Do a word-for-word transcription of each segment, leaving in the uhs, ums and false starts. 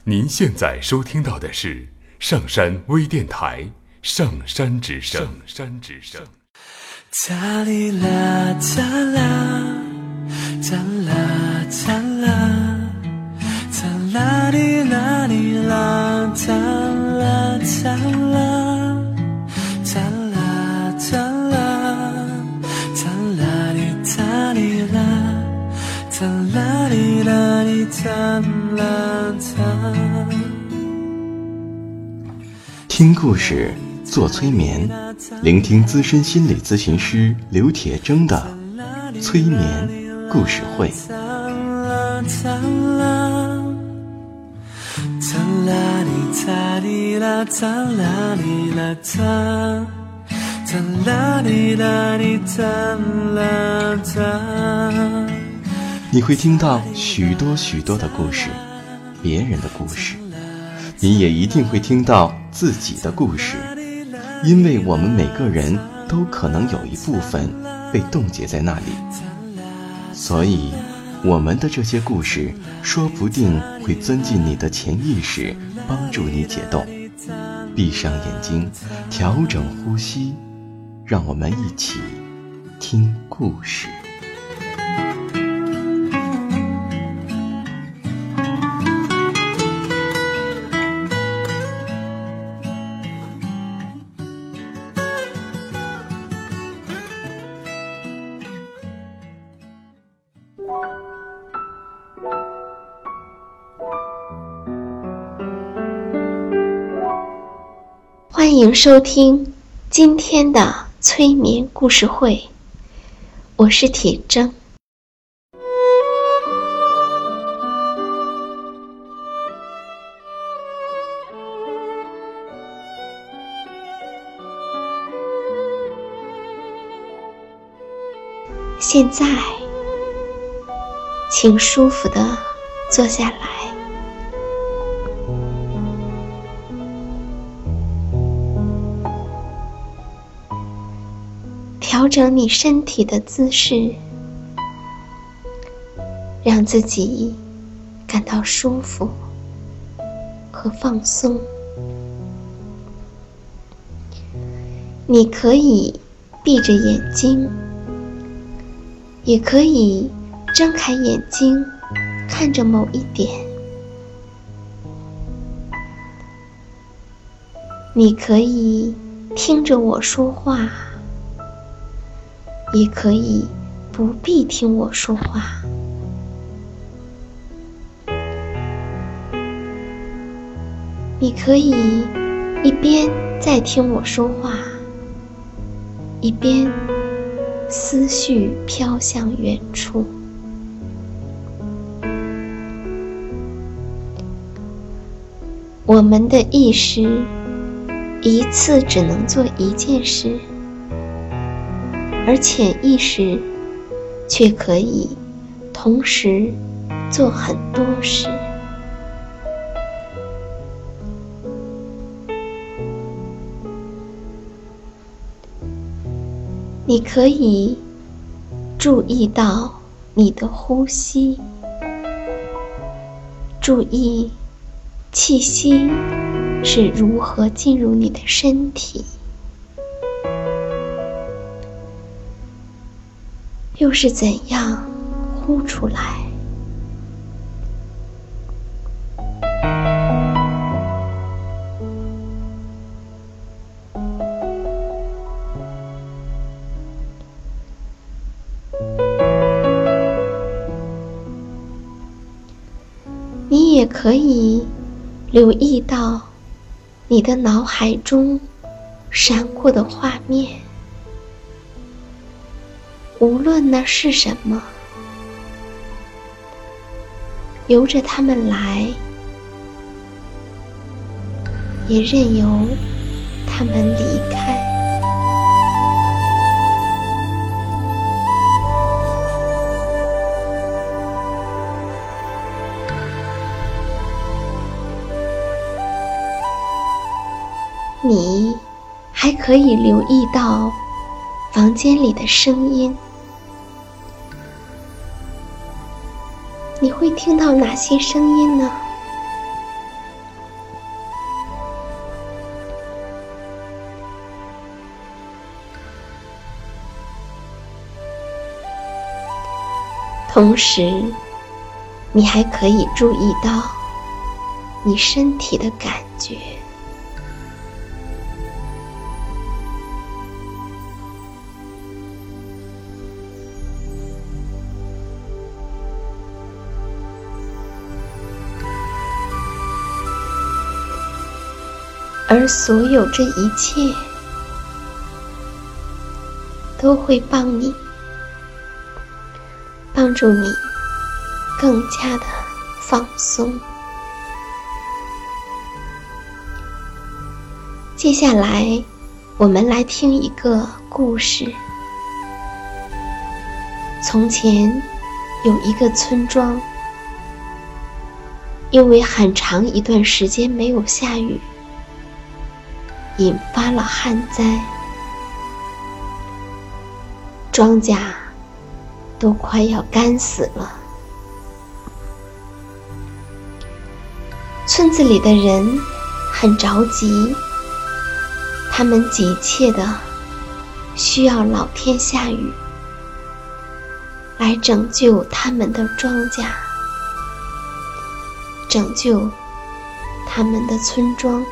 您现在收听到的是上山微电台上山之声。上山之声。 哒哩啦哒啦，哒啦哒啦，哒啦哩啦哩啦，哒啦哒啦，哒啦哒啦，哒啦哩哒哩啦，哒啦哩啦哩哒啦哒。 听故事，做催眠，聆听资深心理咨询师刘铁铮的催眠故事会。你会听到许多许多的故事，别人的故事，你也一定会听到自己的故事，因为我们每个人都可能有一部分被冻结在那里，所以我们的这些故事说不定会钻进你的潜意识，帮助你解冻。闭上眼睛，调整呼吸，让我们一起听故事。 欢迎收听今天的催眠故事会，我是铁铮。现在，请舒服地坐下来。调整你身体的姿势，让自己感到舒服和放松。你可以闭着眼睛，也可以睁开眼睛看着某一点。你可以听着我说话，也可以不必听我说话。你可以一边在听我说话，一边思绪飘向远处。我们的意识一次只能做一件事，而潜意识却可以同时做很多事。你可以注意到你的呼吸，注意气息是如何进入你的身体，又是怎样呼出来。你也可以留意到你的脑海中闪过的画面，无论那是什么，由着它们来，也任由它们离开。你还可以留意到房间里的声音，你会听到哪些声音呢？ 同时你还可以注意到你身体的感觉。而所有这一切都会帮你帮助你更加的放松。接下来我们来听一个故事。从前有一个村庄，因为很长一段时间没有下雨，引发了旱灾，庄稼都快要干死了。村子里的人很着急，他们急切地需要老天下雨，来拯救他们的庄稼，拯救他们的村庄。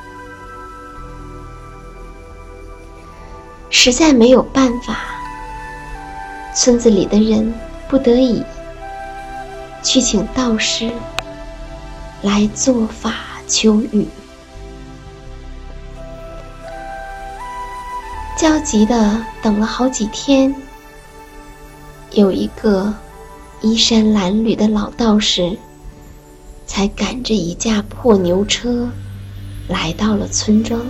实在没有办法，村子里的人不得已去请道士来做法求雨。焦急地等了好几天，有一个衣衫褴褛的老道士才赶着一架破牛车来到了村庄。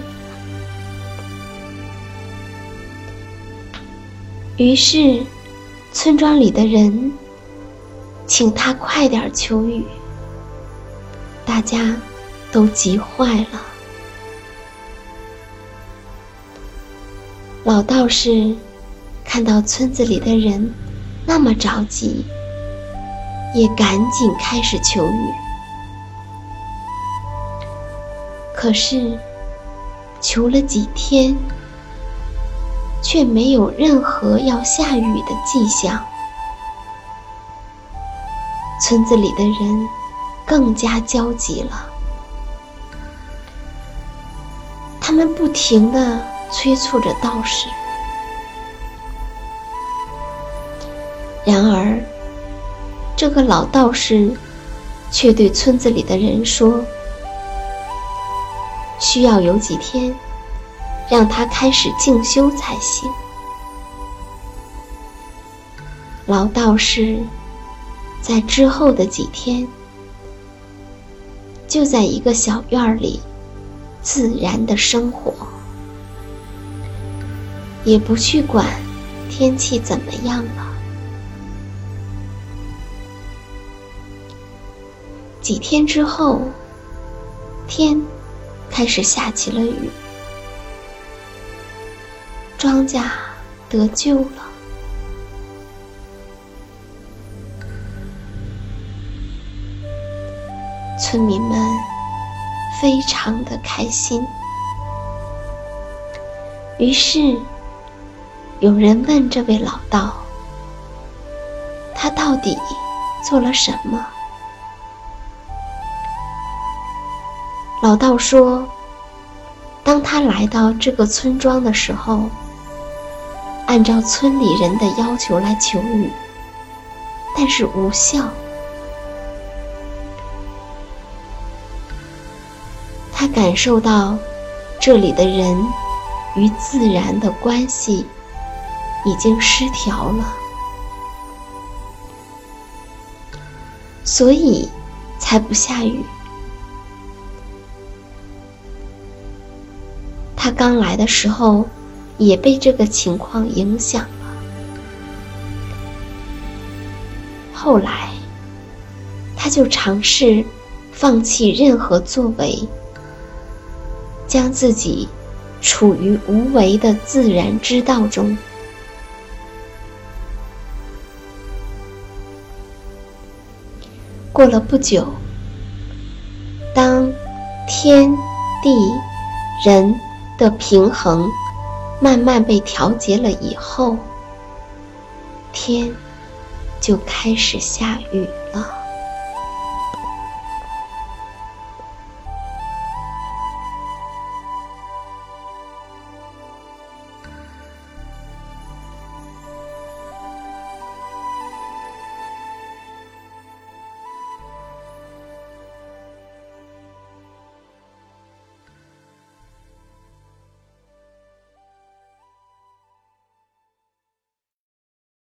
于是村庄里的人请他快点求雨，大家都急坏了。老道士看到村子里的人那么着急，也赶紧开始求雨。可是求了几天，却没有任何要下雨的迹象。村子里的人更加焦急了，他们不停地催促着道士。然而这个老道士却对村子里的人说，需要有几天让他开始静修才行。老道士在之后的几天，就在一个小院里自然的生活，也不去管天气怎么样了。几天之后，天开始下起了雨，庄稼得救了。村民们非常的开心。于是有人问这位老道，他到底做了什么？老道说，当他来到这个村庄的时候，按照村里人的要求来求雨，但是无效。他感受到这里的人与自然的关系已经失调了，所以才不下雨。他刚来的时候也被这个情况影响了，后来他就尝试放弃任何作为，将自己处于无为的自然之道中。过了不久，当天地人的平衡慢慢被调节了以后，天就开始下雨了。